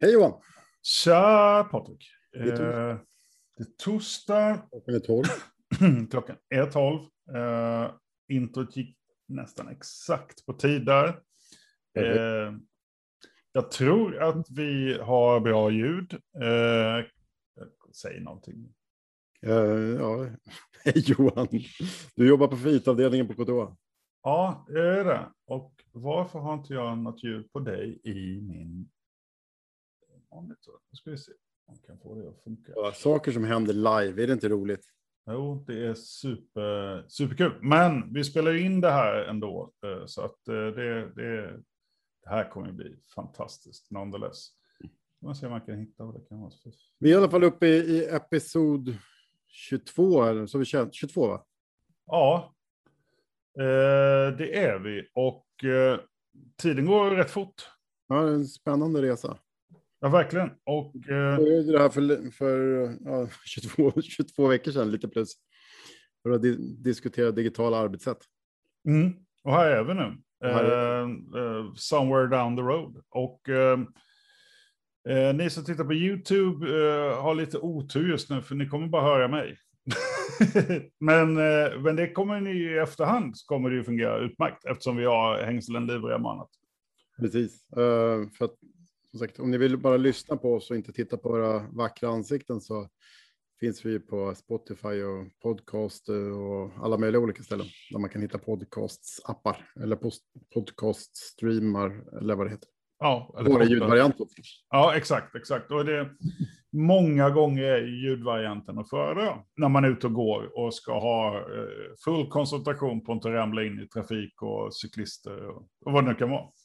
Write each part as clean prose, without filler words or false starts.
Hej Johan! Tja Patrik! Det är Det är torsdag. Klockan är 12. Klockan är 12. Introt gick nästan exakt på tid där. Jag tror att vi har bra ljud. Säg någonting. Ja. Hej Johan! Du jobbar på fritavdelningen på KTH. Ja, det är det. Och varför har inte jag något ljud på dig i min monitor? Nu ska vi se om jag kan få det att funka. Ja, saker som händer live, är det inte roligt? Jo, det är superkul. Men vi spelar ju in det här ändå. Så att det här kommer att bli fantastiskt nonetheless. Man ser om man kan hitta vad det kan vara. Vi är i alla fall uppe i episod 22, eller så vi kör 22 va? Ja, det är vi. Och tiden går rätt fort. Ja, det är en spännande resa. Ja, verkligen. Och det här för 22 veckor sedan, lite plus. För att diskutera digitala arbetssätt. Och här är vi nu. Somewhere down the road. Och ni som tittar på YouTube har lite otur just nu, för ni kommer bara höra mig. men det kommer ni i efterhand, så kommer det ju fungera utmärkt, eftersom vi har hängslen, livrem och annat. Precis. För att, som sagt, om ni vill bara lyssna på oss och inte titta på våra vackra ansikten, så finns vi på Spotify och podcast och alla möjliga olika ställen där man kan hitta podcasts-appar eller podcast-streamar eller vad det heter. Ja, eller våra ljudvarianter. Ja, exakt. Och det många gånger är ljudvarianten att föredra när man är ute och går och ska ha full koncentration på att inte ramla in i trafik och cyklister och vad det nu kan vara.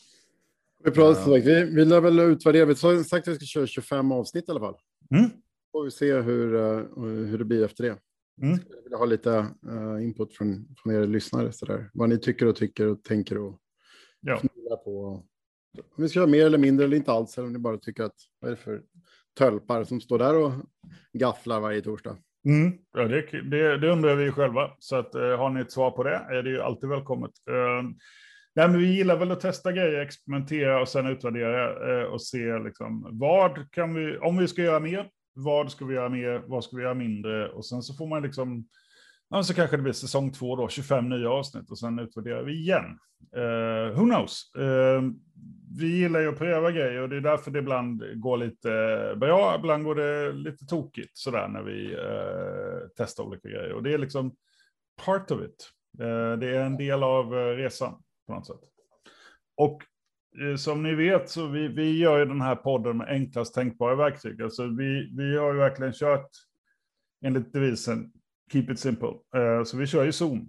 Vi lär väl utvärdera. Vi har sagt att vi ska köra 25 avsnitt i alla fall. Får vi se hur det blir efter det. Jag vill ha lite input från er lyssnare. Sådär. Vad ni tycker och tänker och funderar på. Om vi ska göra mer eller mindre eller inte alls. Eller om ni bara tycker att vad är det för tölpar som står där och gafflar varje torsdag. Ja, det undrar vi själva. Så att, har ni ett svar på det är det ju alltid välkommet. Nej, men vi gillar väl att testa grejer, experimentera och sen utvärdera och se liksom, vad kan vi, om vi ska göra mer, vad ska vi göra mer, vad ska vi göra mindre, och sen så får man liksom, så kanske det blir säsong 2 då, 25 nya avsnitt och sen utvärderar vi igen. Who knows? Vi gillar ju att pröva grejer och det är därför det ibland går lite bra, ibland går det lite tokigt sådär när vi testar olika grejer, och det är liksom part of it. Det är en del av resan på något sätt. Och som ni vet så vi gör ju den här podden med enklast tänkbara verktyg. Alltså vi har ju verkligen kört enligt devisen keep it simple. Så vi kör ju Zoom.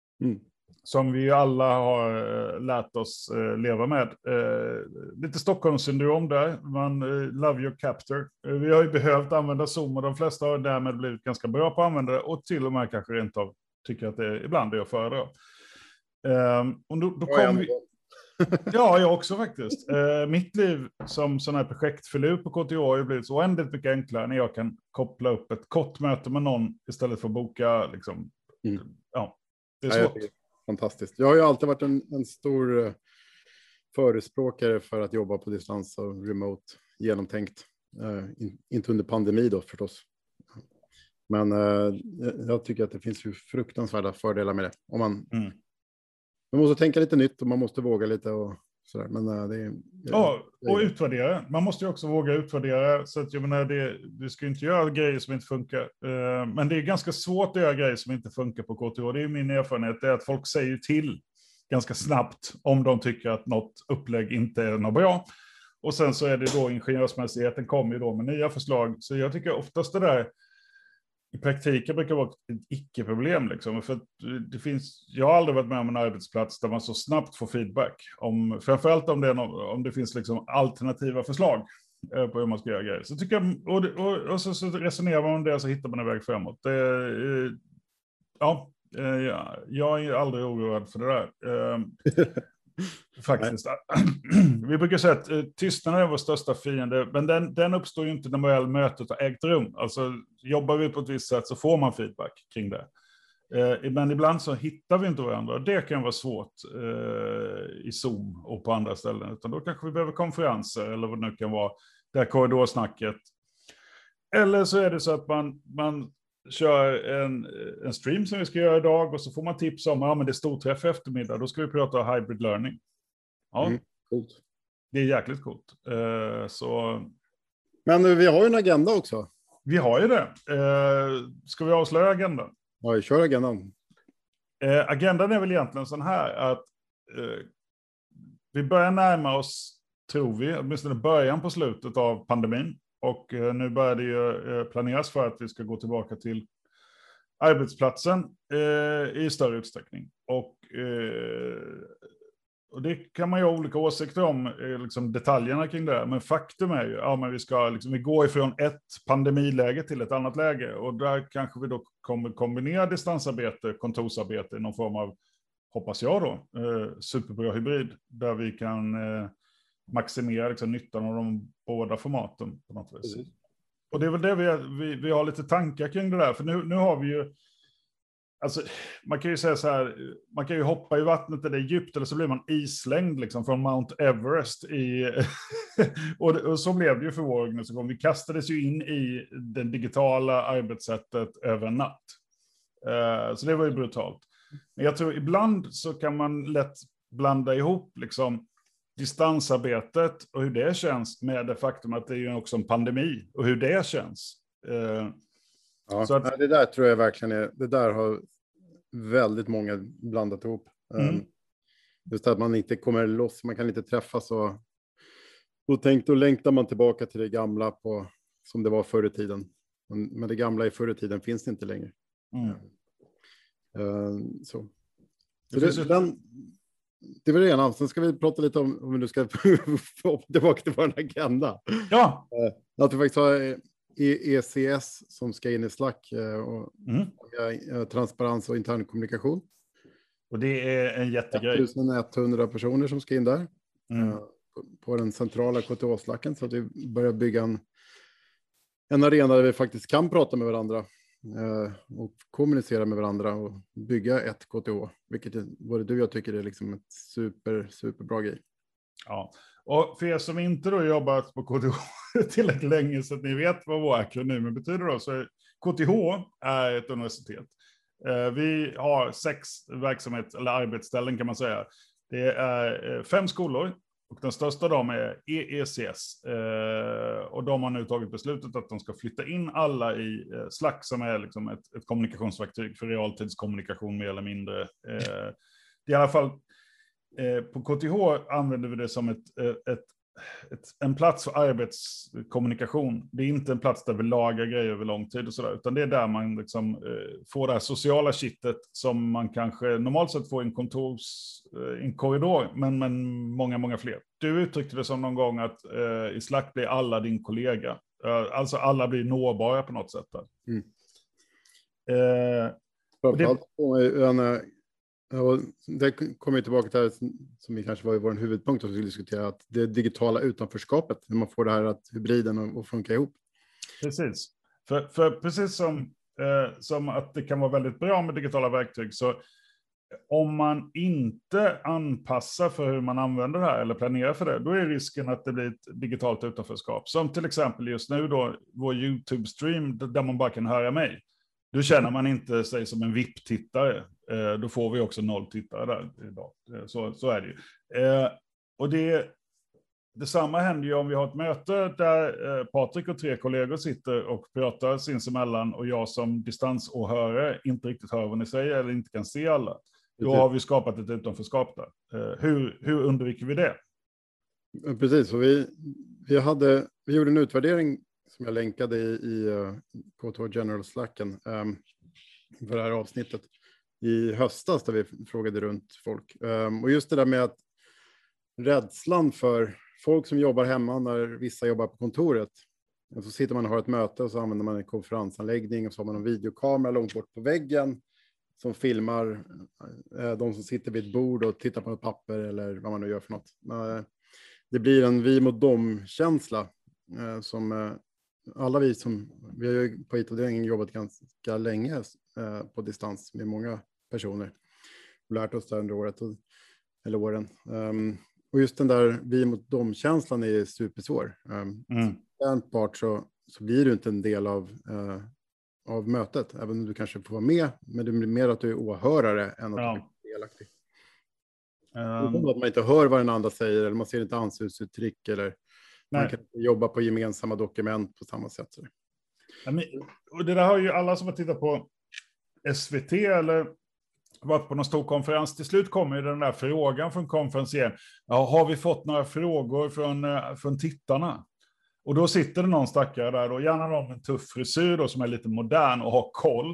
Som vi alla har lärt oss leva med. Lite Stockholmssyndrom där. Man love your captor. Vi har ju behövt använda Zoom och de flesta har därmed blivit ganska bra på att använda det. Och till och med kanske rent av tycker att det ibland är att föredra. Och då kommer vi... Ja, jag också faktiskt. Mitt liv som sån här projektfilur på KTH har blivit så oändligt mycket enklare när jag kan koppla upp ett kort möte med någon istället för att boka liksom. Ja, det är svårt. Fantastiskt. Jag har ju alltid varit en stor förespråkare för att jobba på distans och remote, genomtänkt. Inte under pandemi då förstås. Men jag tycker att det finns ju fruktansvärda fördelar med det. Om man måste tänka lite nytt och man måste våga lite och sådär. Men och utvärdera. Man måste ju också våga utvärdera. Så att jag menar, du ska inte göra grejer som inte funkar. Men det är ganska svårt att göra grejer som inte funkar på KTH. Det är min erfarenhet. Det är att folk säger till ganska snabbt om de tycker att något upplägg inte är något bra. Och sen så är det då ingenjörsmässigheten kommer ju då med nya förslag. Så jag tycker oftast det där i praktiken brukar vara ett icke-problem. Liksom. För jag har aldrig varit med om en arbetsplats där man så snabbt får feedback. Framförallt om det finns liksom alternativa förslag på hur man ska göra grejer. Så tycker jag, och så resonerar man om det och så hittar man en väg framåt. Jag är aldrig oroad för det där. Faktiskt. Vi brukar säga att tystnaden är vår största fiende, men den uppstår ju inte när väl mötet har ägt rum. Alltså jobbar vi på ett visst sätt så får man feedback kring det. Men ibland så hittar vi inte varandra, och det kan vara svårt i Zoom och på andra ställen, utan då kanske vi behöver konferenser eller vad det nu kan vara, det här korridorsnacket. Eller så är det så att man kör en stream som vi ska göra idag och så får man tips om men det är storträff eftermiddag. Då ska vi prata hybrid learning. Ja, coolt. Det är jäkligt coolt. Men vi har ju en agenda också. Vi har ju det. Ska vi avslöja agendan? Ja, kör agendan. Agendan är väl egentligen sån här att vi börjar närma oss, tror vi, åtminstone början på slutet av pandemin. Och nu börjar det ju planeras för att vi ska gå tillbaka till arbetsplatsen i större utsträckning. Och det kan man ju ha olika åsikter om, liksom detaljerna kring det. Men faktum är ju att vi ska vi går ifrån ett pandemiläge till ett annat läge. Och där kanske vi då kommer kombinera distansarbete, kontorsarbete i någon form av, hoppas jag då, superbra hybrid. Där vi kan maximera nyttan av de båda formaten på något vis. Och det är väl det vi har lite tankar kring det där. För nu har vi ju, alltså man kan ju säga så här, man kan ju hoppa i vattnet där det är djupt eller så blir man islängd från Mount Everest och så blev det ju för vår organisation. Vi kastades ju in i det digitala arbetssättet över en natt. Så det var ju brutalt. Men jag tror ibland så kan man lätt blanda ihop distansarbetet och hur det känns med det faktum att det är ju också en pandemi och hur det känns. Så att, det där tror jag verkligen är, det där har väldigt många blandat ihop. Just att man inte kommer loss, man kan inte träffas och då längtar man tillbaka till det gamla som det var förr i tiden. Men det gamla i förr i tiden finns det inte längre. Så det var det ena. Sen ska vi prata lite om vi nu ska få tillbaka till vår agenda. Ja. Att vi faktiskt har ECS som ska in i Slack och transparens och intern kommunikation. Och det är en jättegrej. 1100 personer som ska in där på den centrala KTH-slacken, så att vi börjar bygga en arena där vi faktiskt kan prata med varandra och kommunicera med varandra och bygga ett KTH, vilket både du och jag tycker är ett superbra grej. Ja, och för er som inte då jobbat på KTH tillräckligt länge så att ni vet vad våra akronymer betyder då, så KTH är ett universitet. Vi har 6 verksamhets- eller arbetsställen kan man säga. Det är 5 skolor och den största av dem är EECS. Och de har nu tagit beslutet att de ska flytta in alla i Slack som är ett kommunikationsverktyg för realtidskommunikation mer eller mindre. I alla fall på KTH använder vi det som en plats för arbetskommunikation. Det är inte en plats där vi lagar grejer över lång tid och sådär, utan det är där man får det här sociala kittet som man kanske normalt sett får i en korridor, men många fler. Du uttryckte det som någon gång att i Slack blir alla din kollega. Alltså alla blir nåbara på något sätt. Och det kommer ju tillbaka till det som vi kanske var i vår huvudpunkt och skulle diskutera, att det digitala utanförskapet, hur man får det här att hybriden och funka ihop. Precis. För precis som att det kan vara väldigt bra med digitala verktyg, så om man inte anpassar för hur man använder det här eller planerar för det, då är risken att det blir ett digitalt utanförskap. Som till exempel just nu då, vår YouTube-stream där man bara kan höra mig. Då känner man inte sig som en VIP-tittare. Då får vi också 0 tittare där idag. Så är det ju. Och detsamma händer ju om vi har ett möte där Patrik och 3 kollegor sitter och pratar sinsemellan och jag som distansåhörare inte riktigt hör vad ni säger eller inte kan se alla. Då har vi skapat ett utanförskap där. Hur undviker vi det? Precis, och vi gjorde en utvärdering som jag länkade i KTH General Slacken för det här avsnittet i höstas, där vi frågade runt folk. Och just det där med att rädslan för folk som jobbar hemma när vissa jobbar på kontoret. Och så sitter man och har ett möte och så använder man en konferensanläggning och så har man en videokamera långt bort på väggen som filmar de som sitter vid ett bord och tittar på ett papper eller vad man nu gör för något. Det blir en vi mot dem-känsla som alla vi har ju på IT-avdelningen jobbat ganska länge på distans med många personer och lärt oss det under åren. Och just den där vi mot dem-känslan är supersvår. Den part så blir du inte en del av mötet, även om du kanske får vara med, men det blir mer att du är åhörare än att du är delaktig. Att man inte hör vad den andra säger, eller man ser inte ansiktsuttryck, eller man kan jobba på gemensamma dokument på samma sätt. Och det där har ju alla som har tittat på SVT eller varit på någon stor konferens. Till slut kommer ju den där frågan från konferensen. Ja, har vi fått några frågor från tittarna? Och då sitter det någon stackare där, då, gärna någon med en tuff frisyr då, som är lite modern och har koll.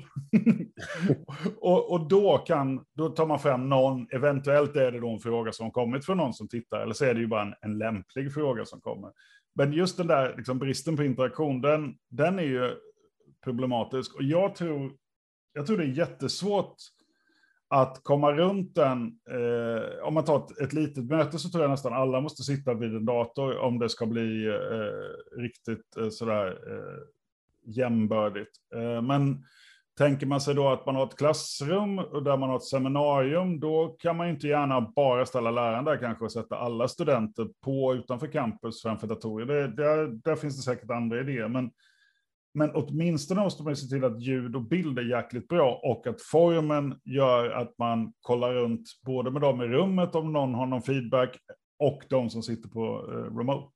och då tar man fram någon, eventuellt är det då en fråga som kommit från någon som tittar, eller så är det ju bara en lämplig fråga som kommer. Men just den där liksom, bristen på interaktion, den är ju problematisk. Och jag tror det är jättesvårt att komma runt den. Om man tar ett litet möte så tror jag nästan alla måste sitta vid en dator om det ska bli riktigt sådär jämbördigt. Men tänker man sig då att man har ett klassrum och där man har ett seminarium, då kan man ju inte gärna bara ställa läraren där kanske och sätta alla studenter utanför campus framför datorer. Där finns det säkert andra idéer, men åtminstone måste man se till att ljud och bild är jäkligt bra och att formen gör att man kollar runt både med dem i rummet om någon har någon feedback och de som sitter på remote.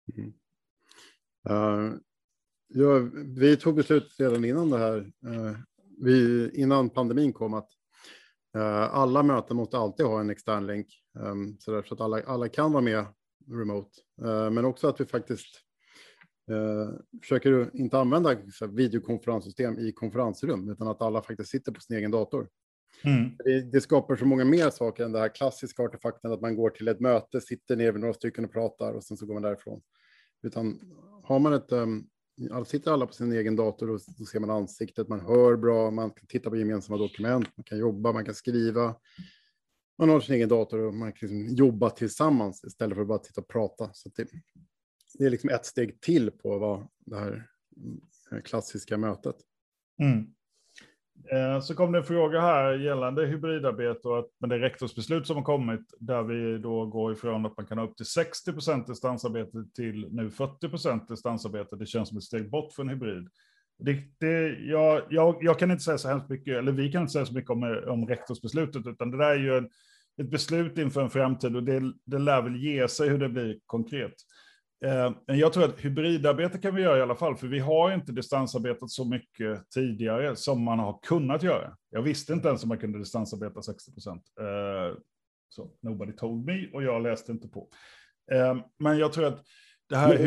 Vi tog beslut redan innan det här, innan pandemin kom, att alla möten måste alltid ha en extern länk, så att alla kan vara med remote, men också att vi faktiskt försöker inte använda videokonferenssystem i konferensrum, utan att alla faktiskt sitter på sin egen dator. Det skapar så många mer saker än det här klassiska artefakten att man går till ett möte, sitter ner med några stycken och pratar och sen så går man därifrån. Utan har man sitter alla på sin egen dator och då ser man ansiktet, man hör bra, man kan titta på gemensamma dokument, man kan jobba, man kan skriva. Man har sin egen dator och man kan liksom jobba tillsammans istället för att bara titta och prata. Så det är liksom ett steg till på vad det här klassiska mötet. Så kom det en fråga här gällande hybridarbete och med det rektorsbeslut som har kommit, där vi då går ifrån att man kan ha upp till 60% distansarbete till nu 40% distansarbete. Det känns som ett steg bort från hybrid. Jag kan inte säga så hemskt mycket, eller vi kan inte säga så mycket om rektorsbeslutet, utan det där är ju ett beslut inför en framtid och det lär väl ge sig hur det blir konkret. Men jag tror att hybridarbete kan vi göra i alla fall, för vi har inte distansarbetat så mycket tidigare som man har kunnat göra. Jag visste inte ens om man kunde distansarbeta 60%. Så nobody told me och jag läste inte på. Men jag tror att det här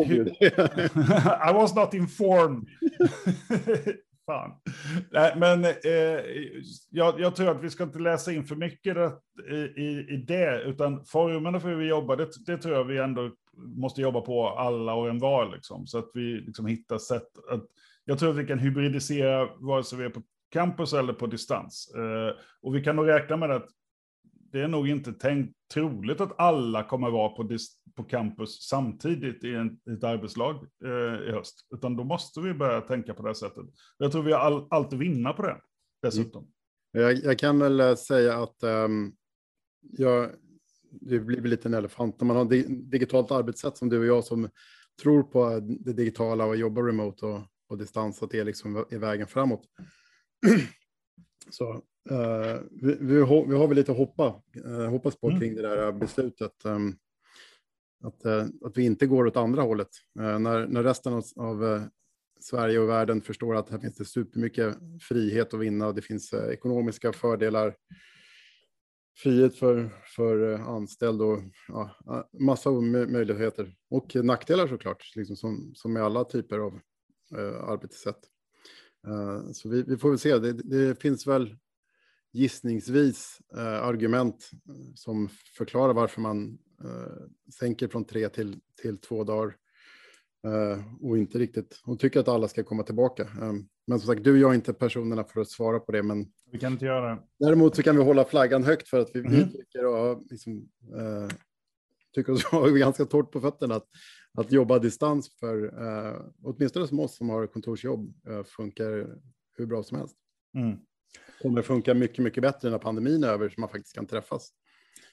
I was not informed. Fan. Nej, men jag tror att vi ska inte läsa in för mycket i det, utan formerna för hur vi jobbar, det tror jag vi ändå måste jobba på alla och en var, liksom, så att vi liksom hittar sätt jag tror att vi kan hybridisera vare sig vi är på campus eller på distans. Och vi kan nog räkna med att det är nog inte troligt att alla kommer vara på campus samtidigt i ett arbetslag i höst. Utan då måste vi börja tänka på det sättet. Jag tror vi har allt att vinna på det dessutom. Jag kan väl säga att det blir lite en elefant. När man har digitalt arbetssätt som du och jag som tror på det digitala och jobbar remote och på distans, att det liksom är vägen framåt. Så vi har väl lite hoppas på kring det där beslutet. Att vi inte går åt andra hållet. När resten av Sverige och världen förstår att här finns det supermycket frihet att vinna. Det finns ekonomiska fördelar. Frihet för anställd och massa möjligheter. Och nackdelar såklart. Liksom som med alla typer av arbetssätt. Så vi får väl se. Det finns väl gissningsvis argument som förklarar varför man sänker från 3 till 2 dagar och inte riktigt, och tycker att alla ska komma tillbaka. Men som sagt, du och jag är inte personerna för att svara på det, men vi kan inte göra det. Däremot så kan vi hålla flaggan högt för att vi tycker och liksom, tycker oss ha ganska torrt på fötterna att jobba distans för åtminstone som oss som har kontorsjobb funkar hur bra som helst. Kommer funka mycket, mycket bättre när pandemin är över, så man faktiskt kan träffas.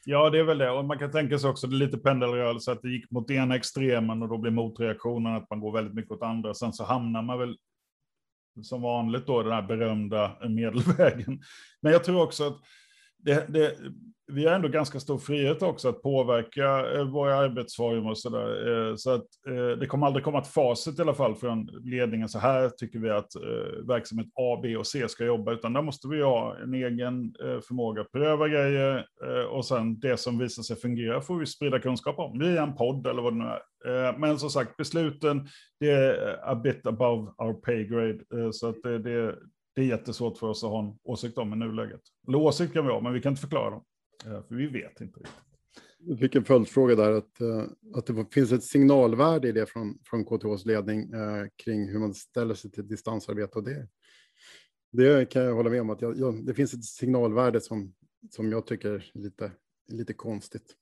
Ja, det är väl det. Och man kan tänka sig också, det är lite pendelrörelse, att det gick mot ena extremen och då blir motreaktionen att man går väldigt mycket åt andra. Sen så hamnar man väl som vanligt då den här berömda medelvägen. Men jag tror också att vi har ändå ganska stor frihet också att påverka våra arbetsformer och sådär. Så att det kommer aldrig komma ett facit i alla fall från ledningen. Så här tycker vi att verksamhet A, B och C ska jobba. Utan där måste vi ha en egen förmåga att pröva grejer. Och sen det som visar sig fungera får vi sprida kunskap om. Via en podd eller vad det nu är. Men som sagt, besluten, det är a bit above our pay grade. Så att det är jättesvårt för oss att ha en åsikt om i nuläget. Eller åsikt kan vi ha, men vi kan inte förklara dem. För vi vet inte riktigt. Jag fick en följdfråga där, att det finns ett signalvärde i det från KTHs ledning kring hur man ställer sig till distansarbete. Och det kan jag hålla med om, att det finns ett signalvärde som jag tycker är lite konstigt.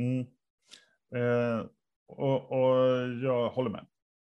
Och jag håller med.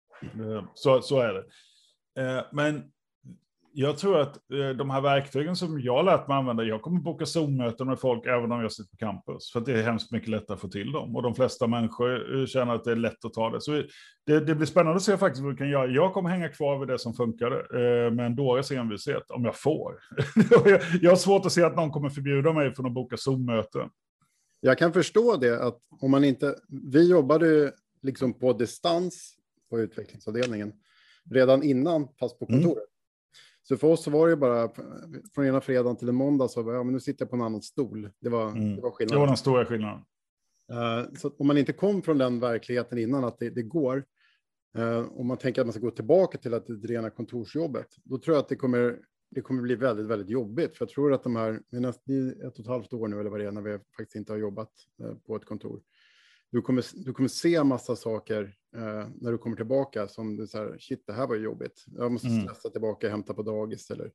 Så är det. Men jag tror att de här verktygen som jag lärt mig använda, jag kommer boka Zoom-möten med folk även om jag sitter på campus. För att det är hemskt mycket lättare att få till dem. Och de flesta människor känner att det är lätt att ta det. Så det blir spännande att se faktiskt vad vi kan göra. Jag kommer hänga kvar vid det som funkade med en dåres envishet, om jag får. Jag har svårt att se att någon kommer förbjuda mig från att boka Zoom-möten. Jag kan förstå det, att om man inte... Vi jobbade liksom på distans på utvecklingsavdelningen redan innan, fast på kontoret. Så för oss så var det bara från ena fredagen till en måndag så men nu sitter jag på en annan stol. Det var skillnaden. Det var den stora skillnaden. Så om man inte kom från den verkligheten innan att det går, om man tänker att man ska gå tillbaka till att det rena kontorsjobbet, då tror jag att det kommer bli väldigt, väldigt jobbigt. För jag tror att de här, det är 1,5 år nu eller vad det är, när vi faktiskt inte har jobbat på ett kontor. Du kommer se massa saker när du kommer tillbaka som du säger, shit, det här var ju jobbigt. Jag måste stressa tillbaka och hämta på dagis. Eller...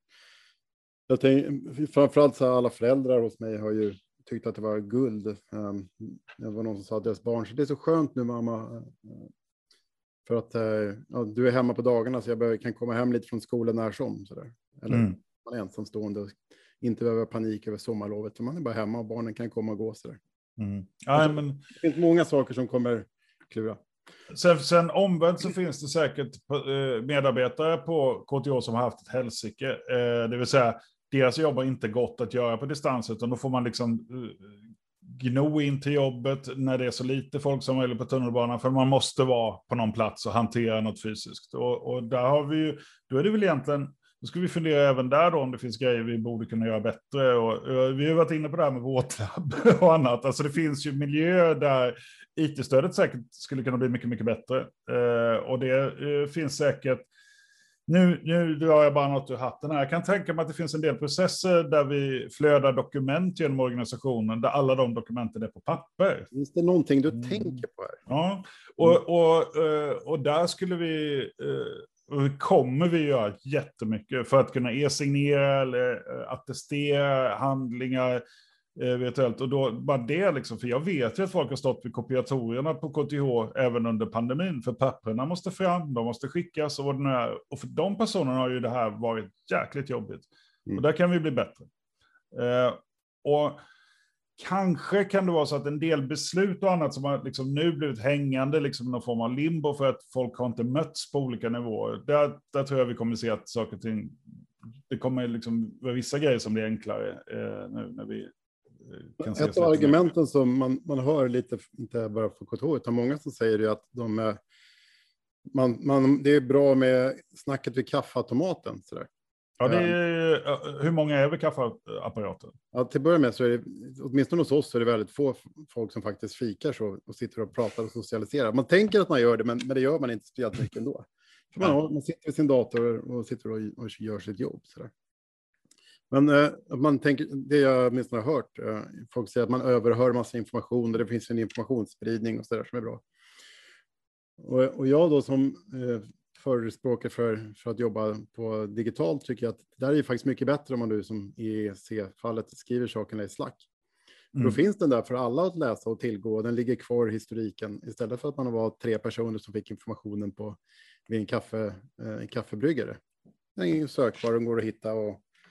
Framförallt så alla föräldrar hos mig har ju tyckt att det var guld. Det var någon som sa att deras barn, så det är så skönt nu mamma. För att du är hemma på dagarna så jag kan komma hem lite från skolan när som. Sådär. Eller man är ensamstående och inte behöver panik över sommarlovet. Så man är bara hemma och barnen kan komma och gå sådär. Det finns många saker som kommer klura. Sen omvänt så finns det säkert medarbetare på KTH som har haft ett helsike. Det vill säga, deras jobb har inte gått att göra på distans, utan då får man liksom gno in till jobbet när det är så lite folk som möjligt på tunnelbanan, för man måste vara på någon plats och hantera något fysiskt. Och där har vi ju, då är det väl egentligen, då ska vi fundera även där då om det finns grejer vi borde kunna göra bättre. Och vi har varit inne på det här med våtlabb och annat. Alltså det finns ju miljöer där IT-stödet säkert skulle kunna bli mycket, mycket bättre. Och det finns säkert, nu drar jag bara något ur hatten här. Jag kan tänka mig att det finns en del processer där vi flödar dokument genom organisationen, där alla de dokumenten är på papper. Finns det någonting du tänker på här? Ja, och där skulle vi... Och kommer vi göra jättemycket för att kunna e-signera eller attestera handlingar virtuellt. Och då bara det liksom, för jag vet ju att folk har stått vid kopiatorerna på KTH även under pandemin, för papperna måste fram, de måste skickas och vad det är. Och för de personerna har ju det här varit jäkligt jobbigt. Och där kan vi bli bättre. Och kanske kan det vara så att en del beslut och annat som har liksom nu blivit hängande, liksom någon form av limbo för att folk har inte mötts på olika nivåer. Där tror jag vi kommer se att saker och ting, det kommer liksom vara vissa grejer som blir enklare nu när vi kan se. Ett av argumenten som man hör lite, inte bara för KTH, utan många som säger det, att det är bra med snacket vid kaffeautomaten. Sådär. Ja, hur många är vid kaffeapparaten? Ja, till att börja med så är det, åtminstone hos oss, så är det väldigt få folk som faktiskt fikar så och sitter och pratar och socialiserar. Man tänker att man gör det, men det gör man inte speciellt mycket ändå. Man sitter vid sin dator och sitter och gör sitt jobb. Sådär. Men man tänker, det jag åtminstone har hört, folk säger att man överhör massa information och det finns en informationsspridning och sådär som är bra. Och jag då som förespråkar för att jobba på digitalt tycker jag att det där är faktiskt mycket bättre om man nu som i C-fallet skriver sakerna i Slack. Då finns den där för alla att läsa och tillgå, och den ligger kvar i historiken istället för att man var 3 personer som fick informationen vid en kaffebryggare. Den är sökbar, den går att hitta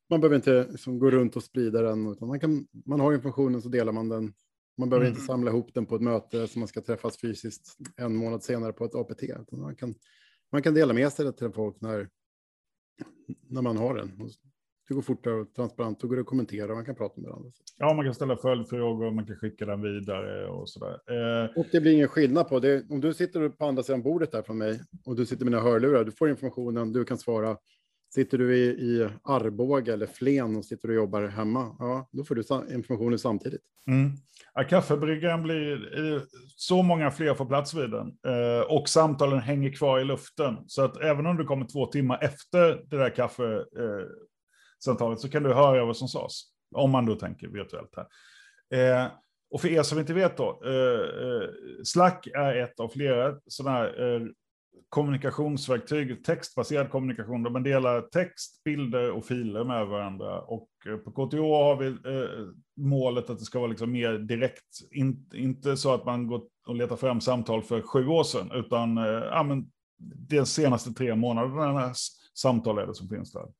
Man behöver inte liksom gå runt och sprida den, utan man har informationen så delar man den. Man behöver inte samla ihop den på ett möte som man ska träffas fysiskt en månad senare på ett APT. Man kan dela med sig det till folk när man har den. Det går fortare och transparent, då går det att kommentera och man kan prata med varandra. Ja, man kan ställa följdfrågor, man kan skicka den vidare och sådär. Och det blir ingen skillnad på det. Om du sitter på andra sidan bordet där från mig och du sitter med mina hörlurar, du får informationen, du kan svara. Sitter du i Arboga eller Flen och sitter och jobbar hemma, ja, då får du informationen samtidigt. Ja, kaffebryggaren blir så många fler får plats vid den. Och samtalen hänger kvar i luften. Så att även om du kommer 2 timmar efter det där kaffesamtalet så kan du höra vad som sades. Om man då tänker virtuellt här. Och för er som inte vet då, Slack är ett av flera sådana här kommunikationsverktyg, textbaserad kommunikation, där man delar text, bilder och filer med varandra. Och på KTH har vi målet att det ska vara liksom mer direkt, inte så att man går och letar fram samtal för 7 år sedan, utan men de senaste 3 månaderna samtal är det som finns där.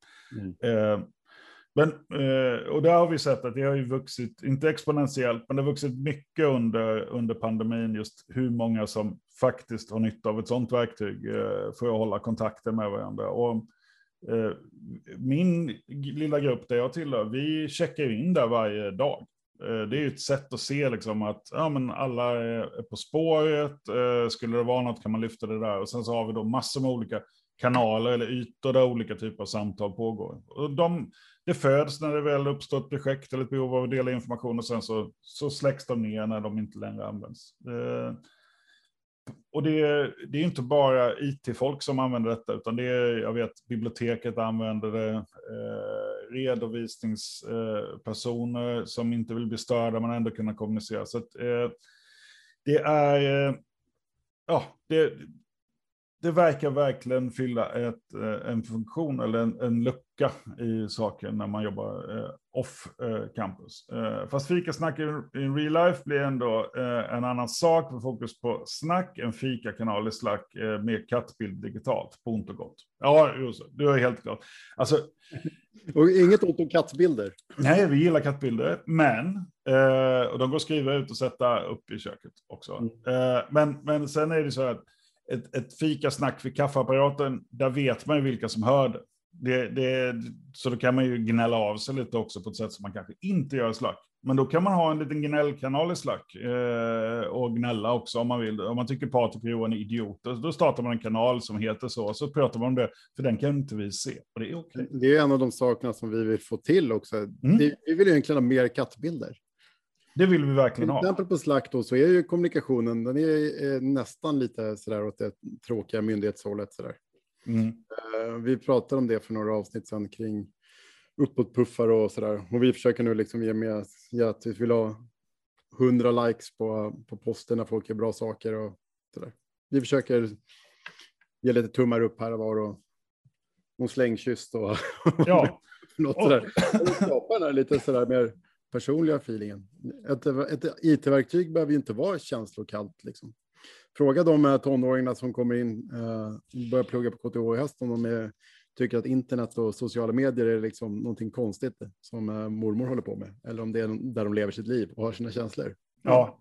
Och där har vi sett att det har ju vuxit, inte exponentiellt, men det har vuxit mycket under pandemin, just hur många som faktiskt har nytta av ett sådant verktyg för att hålla kontakten med varandra. Och min lilla grupp där jag tillhör, vi checkar in där varje dag. Det är ju ett sätt att se liksom att men alla är på spåret, skulle det vara något kan man lyfta det där. Och sen så har vi då massor med olika kanaler eller ytor där olika typer av samtal pågår. Och det föds när det väl uppstår ett projekt eller ett behov av att dela information, och sen så släcks de ner när de inte längre används. Och det är inte bara IT-folk som använder detta, utan det är, jag vet, biblioteket använder det, redovisningspersoner som inte vill bli störda men ändå kunna kommunicera. Så att, det är, det verkar verkligen fylla en funktion eller en lucka i saken när man jobbar off campus. Fast fikasnack in real life blir ändå en annan sak, med fokus på snack, en fikakanal i Slack med kattbild digitalt, på ont och gott. Ja, du är helt klart. Alltså, och inget ont om kattbilder. Nej, vi gillar kattbilder, men och de går att skriva ut och sätta upp i köket också. Men sen är det så att ett fikasnack vid kaffeapparaten, där vet man ju vilka som hör det. Så då kan man ju gnälla av sig lite också på ett sätt som man kanske inte gör i Slack. Men då kan man ha en liten gnällkanal i Slack och gnälla också om man vill. Om man tycker Patrik och Johan är idioter, då startar man en kanal som heter så pratar man om det, för den kan inte vi se. Och det är okej. Det är en av de sakerna som vi vill få till också. Vi vill egentligen ha mer kattbilder. Det vill vi verkligen ha. Till exempel på Slack då, så är ju kommunikationen, den är nästan lite sådär åt det tråkiga myndighetshållet sådär. Vi pratade om det för några avsnitt sedan kring uppåtpuffar och sådär. Och vi försöker nu liksom ge med att vi vill ha 100 likes på posten när folk gör bra saker och sådär. Vi försöker ge lite tummar upp här och var och någon slängkyss och något sådär. Och skapa den här lite sådär mer personliga feelingen. Ett IT-verktyg behöver ju inte vara känslokallt liksom. Fråga de tonåringarna som kommer in och börjar plugga på KTH i höst om de tycker att internet och sociala medier är liksom någonting konstigt som mormor håller på med. Eller om det är där de lever sitt liv och har sina känslor. Ja.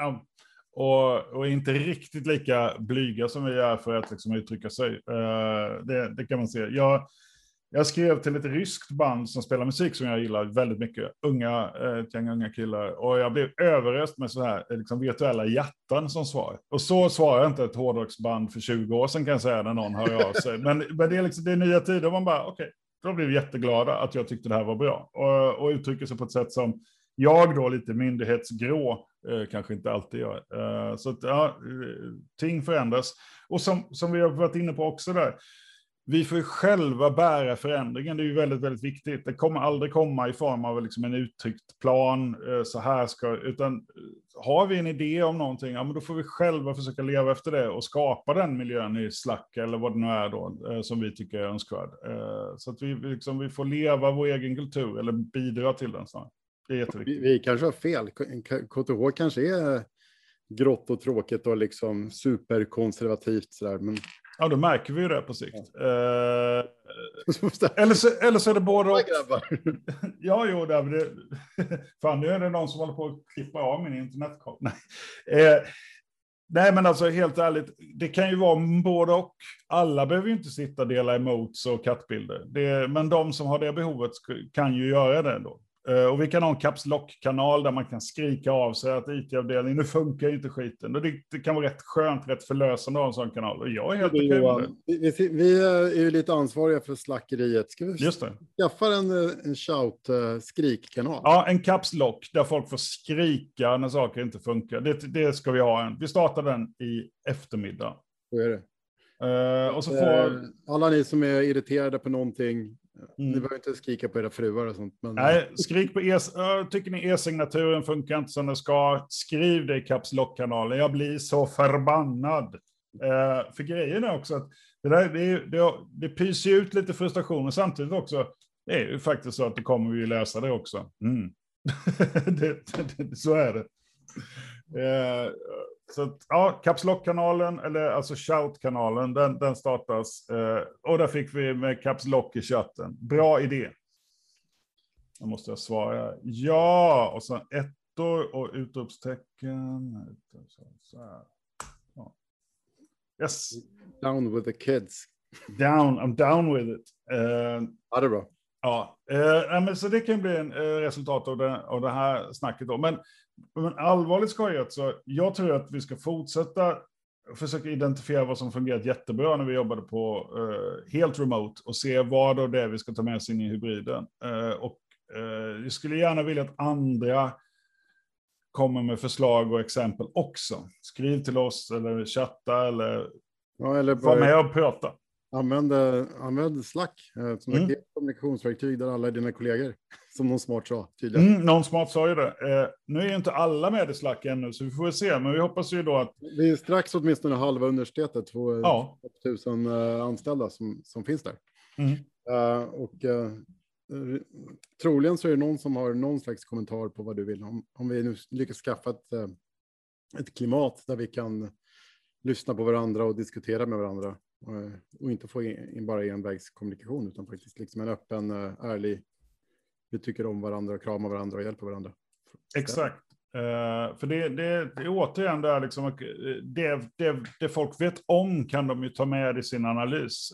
Och inte riktigt lika blyga som vi är för att liksom uttrycka sig. Det kan man se. Jag skrev till ett ryskt band som spelar musik som jag gillar väldigt mycket. Ett gäng unga killar. Och jag blev överröst med så här liksom virtuella hjärtan som svar. Och så svarar inte ett hårdrocksband för 20 år sedan, kan jag säga, när någon hör av sig. Men det är liksom, det är nya tider. Man bara, okej. Då blev jätteglada att jag tyckte det här var bra. Och uttrycker sig på ett sätt som jag då, lite myndighetsgrå, kanske inte alltid gör. Så att, ting förändras. Och som vi har varit inne på också där. Vi får ju själva bära förändringen. Det är ju väldigt, väldigt viktigt. Det kommer aldrig komma i form av liksom en uttryckt plan. Så här utan har vi en idé om någonting, men då får vi själva försöka leva efter det och skapa den miljön i Slack eller vad det nu är då, som vi tycker är önskvärd. Så att vi får leva vår egen kultur eller bidra till den snarare. Det är jätteviktigt. Vi kanske har fel. KTH kanske är grått och tråkigt och liksom superkonservativt sådär, men ja, då märker vi ju det på sikt. Eller så är det både och. Ja, jo, det fan, nu är det någon som håller på att klippa av min internetkort. Nej, men alltså helt ärligt, det kan ju vara både och. Alla behöver ju inte sitta och dela emotes och kattbilder. Men de som har det behovet kan ju göra det då. Och vi kan ha en Caps Lock-kanal där man kan skrika av sig att IT-avdelningen, nu funkar ju inte skiten. Och det kan vara rätt skönt, rätt förlösande att ha en sån kanal. Och jag är helt okej med det. Vi är ju lite ansvariga för slackeriet. Ska vi skaffa en shout-skrik-kanal? Ja, en Caps Lock där folk får skrika när saker inte funkar. Det ska vi ha. Vi startar den i eftermiddag. Så är det. Och så får... Alla ni som är irriterade på någonting, ni behöver inte skrika på era fruar och sånt. Men... Nej, skrik på tycker ni e-signaturen funkar inte som den ska, skriv det i Caps Lock-kanalen. Jag blir så förbannad. För grejen är också att det pyser ut lite frustration, och samtidigt också, det är ju faktiskt så att det kommer vi läsa det också. Så är det. Så att, ja, Caps Lock-kanalen, eller alltså Shout-kanalen, den startas. Och där fick vi med Caps Lock i chatten. Bra idé. Då måste jag svara. Ja, och sen ettor och utropstecken. Så här. Ja. Yes. Down with the kids. I'm down with it. Ja, det är bra. Ja, men så det kan bli en resultat av det här snacket då. Men allvarligt skojat, så jag tror att vi ska fortsätta försöka identifiera vad som fungerat jättebra när vi jobbade på helt remote, och se vad och det vi ska ta med oss in i hybriden. Jag skulle gärna vilja att andra kommer med förslag och exempel också. Skriv till oss eller chatta eller vara med och prata. Använd Slack som ett kommunikationsverktyg där alla är dina kollegor, som någon smart sa tydligen. Någon smart sa ju det. Nu är ju inte alla med i Slack ännu, så vi får se, men vi hoppas ju då att... Vi är strax åtminstone halva universitetet, 2000 anställda som finns där. Troligen så är det någon som har någon slags kommentar på vad du vill. Om vi nu lyckas skaffa ett klimat där vi kan lyssna på varandra och diskutera med varandra. Och inte få in bara envägskommunikation, utan faktiskt liksom en öppen, ärlig, vi tycker om varandra och kramar varandra och hjälper varandra. Exakt. För det är återigen där liksom, det folk vet om kan de ju ta med i sin analys.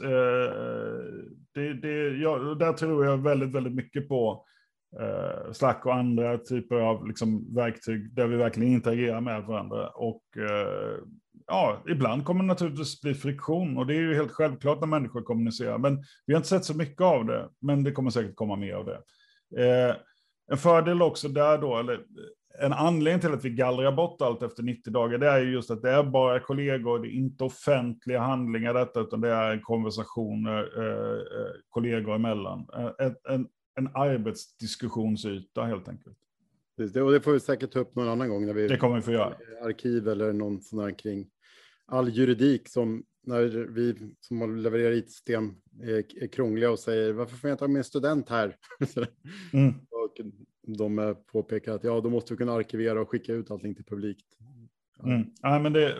Där tror jag väldigt, väldigt mycket på Slack och andra typer av liksom verktyg där vi verkligen interagerar med varandra. Och ibland kommer det naturligtvis bli friktion, och det är ju helt självklart när människor kommunicerar, men vi har inte sett så mycket av det, men det kommer säkert komma mer av det. En fördel också där då, eller en anledning till att vi gallrar bort allt efter 90 dagar, det är ju just att det är bara kollegor, det är inte offentliga handlingar detta, utan det är konversationer kollegor emellan. En arbetsdiskussionsyta helt enkelt. Och det får vi säkert ta upp någon annan gång när det kommer vi få göra. Arkiv eller någon sån här kring all juridik, som när vi som levererar IT-system är krångliga och säger varför får jag inte ha med student här? Och de påpekar att då måste vi kunna arkivera och skicka ut allting till publik. Ja, men det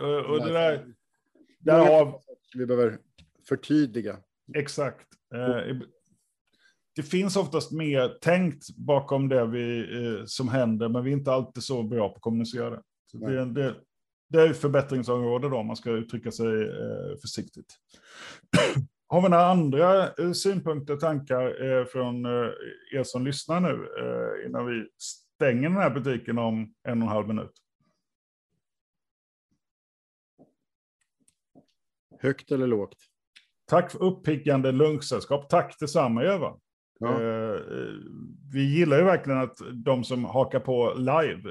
har vi behöver förtydliga. Exakt. Det finns oftast mer tänkt bakom det som händer, men vi är inte alltid så bra på att kommunicera det. Så det är ett förbättringsområde då, om man ska uttrycka sig försiktigt. Har vi några andra synpunkter, tankar från er som lyssnar nu innan vi stänger den här butiken om 1,5 minut? Högt eller lågt? Tack för uppiggande lunchsällskap. Tack detsamma, Eva. Ja. Vi gillar ju verkligen att de som hakar på live,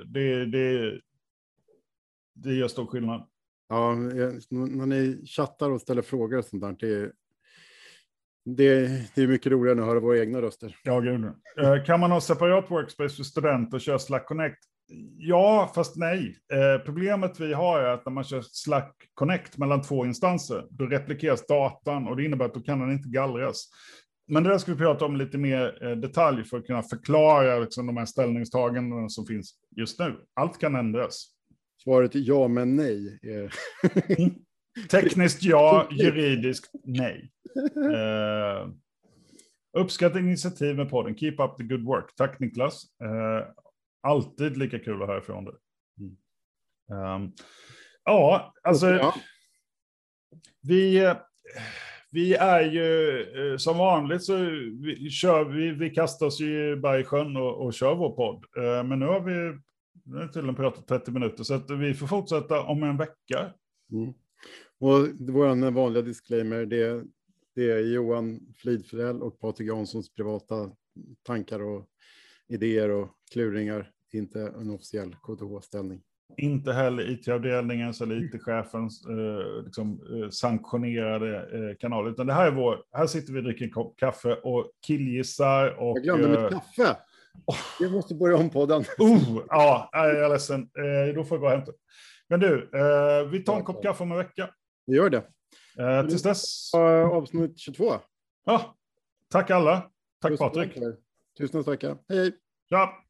det gör stor skillnad. Ja, när ni chattar och ställer frågor och sånt där, det är mycket roligare att höra våra egna röster. Ja, gud. Kan man ha separat workspace för studenter och köra Slack Connect? Ja, fast nej. Problemet vi har är att när man kör Slack Connect mellan 2 instanser, då replikeras datan, och det innebär att då kan den inte gallras. Men det där ska vi prata om lite mer detalj för att kunna förklara liksom de här ställningstagandena som finns just nu. Allt kan ändras. Svaret ja, men nej. Tekniskt ja, juridiskt nej. Uppskattar initiativ med podden. Keep up the good work. Tack Niklas. Alltid lika kul att höra från dig. Ja, alltså... Vi är ju som vanligt så vi kastar oss ju bara i sjön och kör vår podd. Men nu har vi tydligen pratat 30 minuter så att vi får fortsätta om en vecka. Och vår vanliga disclaimer, det är Johan Flidfjell och Patrik Janssons privata tankar och idéer och kluringar, inte en officiell KTH-ställning. Inte heller IT-avdelningens eller IT-chefens sanktionerade kanal. Utan det här är här sitter vi och dricker en kopp kaffe och killgissar. Och, jag glömde mitt kaffe. Jag måste börja om podden. Ja, jag är ledsen. Då får jag gå och hämta. Men du, vi tar en kopp kaffe om en vecka. Vi gör det. Tills dess. Avsnitt 22. Ja, tack alla. Tack Patrik. Tusen tack. Hej. Ja.